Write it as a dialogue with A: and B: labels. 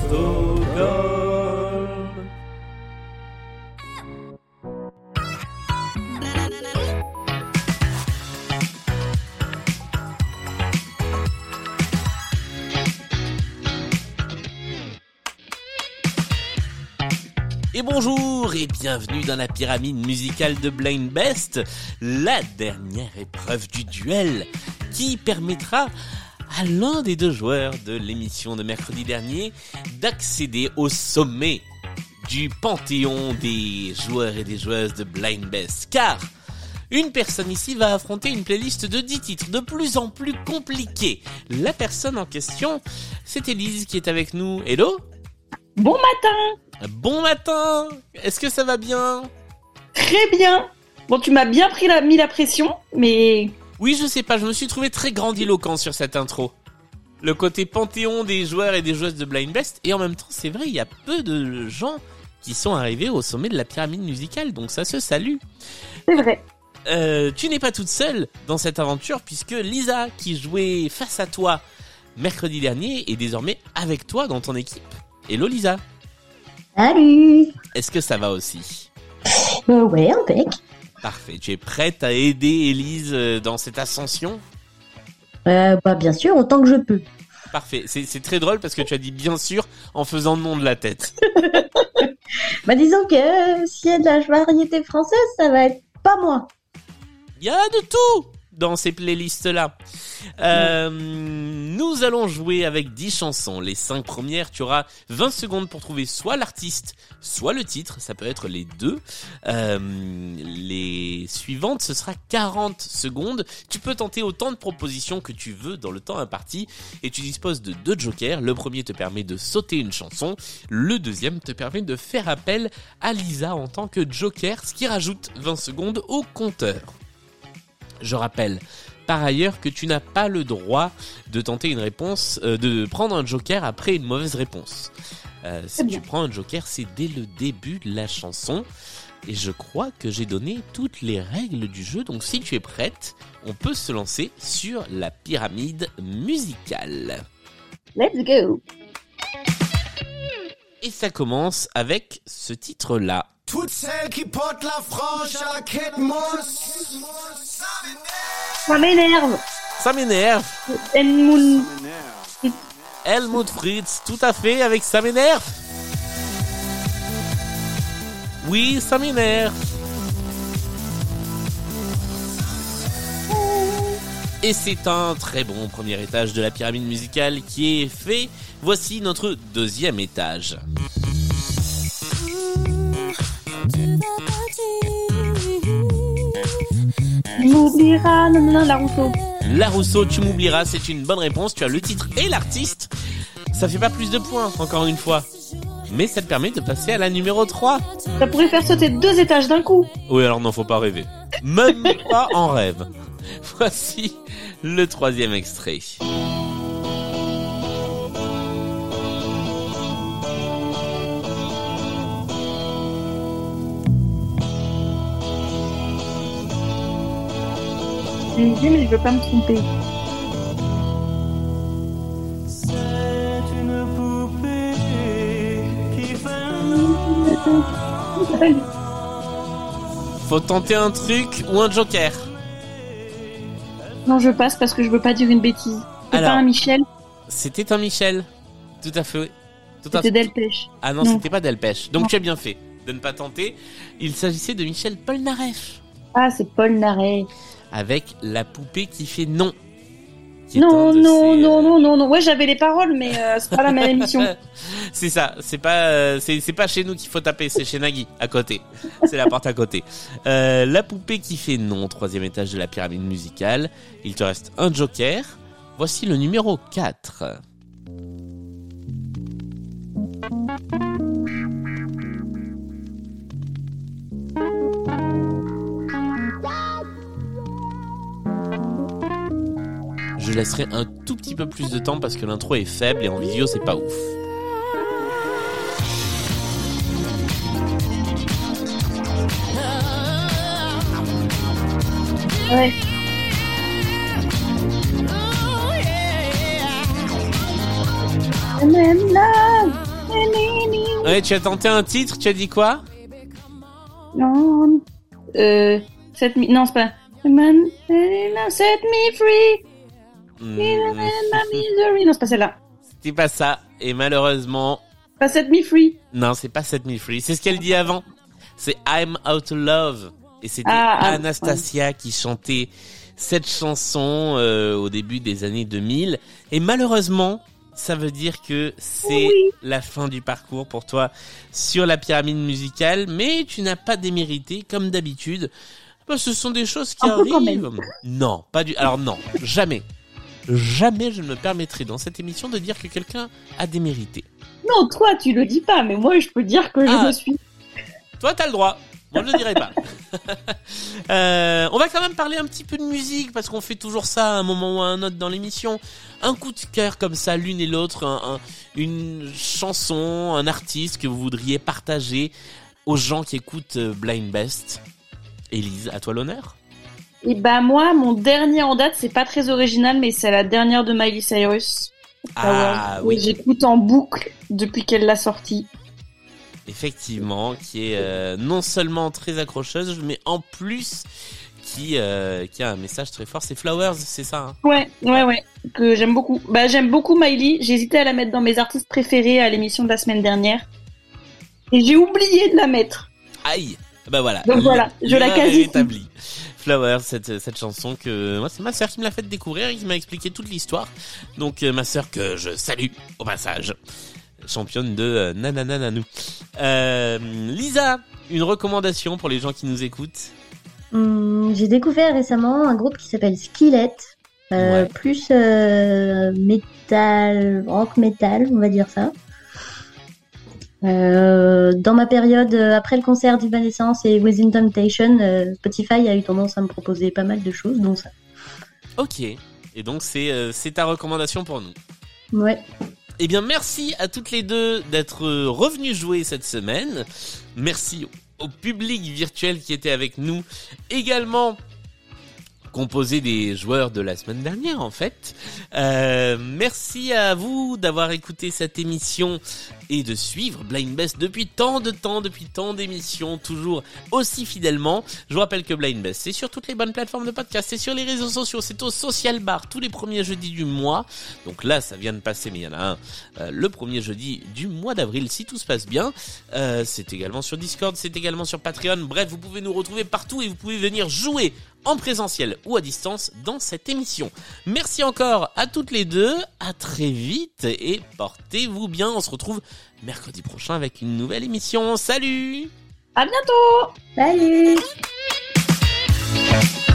A: Stockholm. Et bonjour et bienvenue dans la pyramide musicale de Blind Best, la dernière épreuve du duel qui permettra à l'un des deux joueurs de l'émission de mercredi dernier d'accéder au sommet du panthéon des joueurs et des joueuses de Blind Best. Car une personne ici va affronter une playlist de 10 titres de plus en plus compliqués. La personne en question, c'est Élise qui est avec nous. Hello ?
B: Bon matin.
A: Bon matin. Est-ce que ça va bien ?
B: Très bien. Bon, tu m'as bien mis la pression, mais...
A: Oui, je sais pas, je me suis trouvé très grandiloquent sur cette intro. Le côté panthéon des joueurs et des joueuses de Blind Best, et en même temps, c'est vrai, il y a peu de gens qui sont arrivés au sommet de la pyramide musicale, donc ça se salue.
B: C'est vrai.
A: Tu n'es pas toute seule dans cette aventure, puisque Lisa, qui jouait face à toi mercredi dernier, est désormais avec toi dans ton équipe. Hello Lisa.
C: Salut.
A: Est-ce que ça va aussi ?
C: Ouais, impec.
A: Parfait. Tu es prête à aider Élise dans cette ascension ?
C: Bien sûr, autant que je peux.
A: Parfait. C'est très drôle parce que tu as dit bien sûr en faisant le nom de la tête.
C: Disons que s'il y a de la variété française, ça va être pas moi.
A: Il y a de tout dans ces playlists-là. Nous allons jouer avec 10 chansons. Les 5 premières, tu auras 20 secondes pour trouver soit l'artiste, soit le titre. Ça peut être les deux. Les suivantes, ce sera 40 secondes. Tu peux tenter autant de propositions que tu veux dans le temps imparti. Et tu disposes de 2 jokers. Le premier te permet de sauter une chanson. Le deuxième te permet de faire appel à Lisa en tant que joker, ce qui rajoute 20 secondes au compteur. Je rappelle par ailleurs que tu n'as pas le droit de tenter une réponse, de prendre un joker après une mauvaise réponse. Si tu prends un joker, c'est dès le début de la chanson. Et je crois que j'ai donné toutes les règles du jeu. Donc si tu es prête, on peut se lancer sur la pyramide musicale.
B: Let's go.
A: Et ça commence avec ce titre-là.
D: Toutes celles qui portent la frange à la quête mousse.
B: Ça m'énerve.
A: Ça m'énerve. Helmut Fritz, tout à fait, avec Ça m'énerve. Oui, ça m'énerve. Et c'est un très bon premier étage de la pyramide musicale qui est fait. Voici notre deuxième étage.
B: Tu m'oublieras, non, la Rousseau.
A: La Rousseau, tu m'oublieras, c'est une bonne réponse. Tu as le titre et l'artiste. Ça fait pas plus de points, encore une fois. Mais ça te permet de passer à la numéro 3.
B: Ça pourrait faire sauter 2 étages d'un coup.
A: Oui, alors non, faut pas rêver. Même pas en rêve. Voici le 3e extrait.
B: J'ai une idée, mais je veux pas me tromper.
D: C'est une poupée qui fait
A: Faut tenter un truc ou un joker.
B: Non, je passe parce que je veux pas dire une bêtise. C'est
A: Alors,
B: pas un Michel,
A: C'était un Michel. Tout à fait.
B: c'était Delpech.
A: Ah non, c'était pas Delpech. Donc tu as bien fait de ne pas tenter. Il s'agissait de Michel Polnareff.
B: Ah, c'est Paul Narey.
A: Avec La poupée qui fait non.
B: Non. Ouais, j'avais les paroles, mais c'est pas la même émission.
A: C'est ça. C'est pas chez nous qu'il faut taper. C'est chez Nagui, à côté. C'est la porte à côté. La poupée qui fait non. 3e étage de la pyramide musicale. Il te reste un joker. Voici le numéro 4. Je laisserai un tout petit peu plus de temps parce que l'intro est faible et en vidéo c'est pas ouf.
B: Ouais. Même là.
A: Ouais, tu as tenté un titre, tu as dit quoi?
B: Non. Non, c'est pas. Set me free. Non, c'est pas celle-là.
A: C'était pas ça. Et malheureusement...
B: Pas Set me free.
A: Non, c'est pas Set Me Free. C'est ce qu'elle dit avant. C'est I'm Out of Love. Et c'était Anastasia qui chantait cette chanson au début des années 2000. Et malheureusement, ça veut dire que c'est la fin du parcours pour toi sur la pyramide musicale. Mais tu n'as pas démérité, comme d'habitude. Ce sont des choses qui arrivent. Non, pas du... Alors non, jamais. Jamais je ne me permettrai dans cette émission de dire que quelqu'un a démérité.
B: Non, toi, tu le dis pas, mais moi, je peux dire que je le suis.
A: Toi, t'as le droit. Moi, je le dirai pas. On va quand même parler un petit peu de musique, parce qu'on fait toujours ça à un moment ou à un autre dans l'émission. Un coup de cœur comme ça, l'une et l'autre, une chanson, un artiste que vous voudriez partager aux gens qui écoutent Blind Best. Élise, à toi l'honneur.
B: Et bah moi, mon dernier en date, c'est pas très original, mais c'est la dernière de Miley Cyrus. Oui. J'écoute en boucle depuis qu'elle l'a sortie.
A: Effectivement, qui est non seulement très accrocheuse, mais en plus qui a un message très fort. C'est Flowers, c'est ça, hein?
B: Ouais, que j'aime beaucoup. Bah j'aime beaucoup Miley. J'hésitais à la mettre dans mes artistes préférés à l'émission de la semaine dernière, et j'ai oublié de la mettre.
A: Aïe. Bah voilà.
B: Donc voilà, je la qualifie.
A: Flowers, cette chanson que moi c'est ma sœur qui me l'a fait découvrir et qui m'a expliqué toute l'histoire. Donc ma sœur que je salue au passage, championne de nananananou. Lisa, une recommandation pour les gens qui nous écoutent?
C: J'ai découvert récemment un groupe qui s'appelle Skillet, plus metal, rock metal, on va dire ça. Dans ma période après le concert d'Evanescence et Within Temptation, Spotify a eu tendance à me proposer pas mal de choses, dont ça.
A: Ok, et donc c'est ta recommandation pour nous.
C: Ouais.
A: Eh bien merci à toutes les deux d'être revenues jouer cette semaine. Merci au public virtuel qui était avec nous également, composé des joueurs de la semaine dernière en fait. Merci à vous d'avoir écouté cette émission et de suivre Blind Best depuis tant de temps, depuis tant d'émissions, toujours aussi fidèlement. Je vous rappelle que Blind Best, c'est sur toutes les bonnes plateformes de podcast, c'est sur les réseaux sociaux, c'est au Social Bar tous les premiers jeudis du mois. Donc là, ça vient de passer, mais il y en a un le premier jeudi du mois d'avril, si tout se passe bien. C'est également sur Discord, c'est également sur Patreon. Bref, vous pouvez nous retrouver partout et vous pouvez venir jouer en présentiel ou à distance dans cette émission. Merci encore à toutes les deux, à très vite et portez-vous bien. On se retrouve mercredi prochain avec une nouvelle émission. Salut!
B: À bientôt!
C: Salut!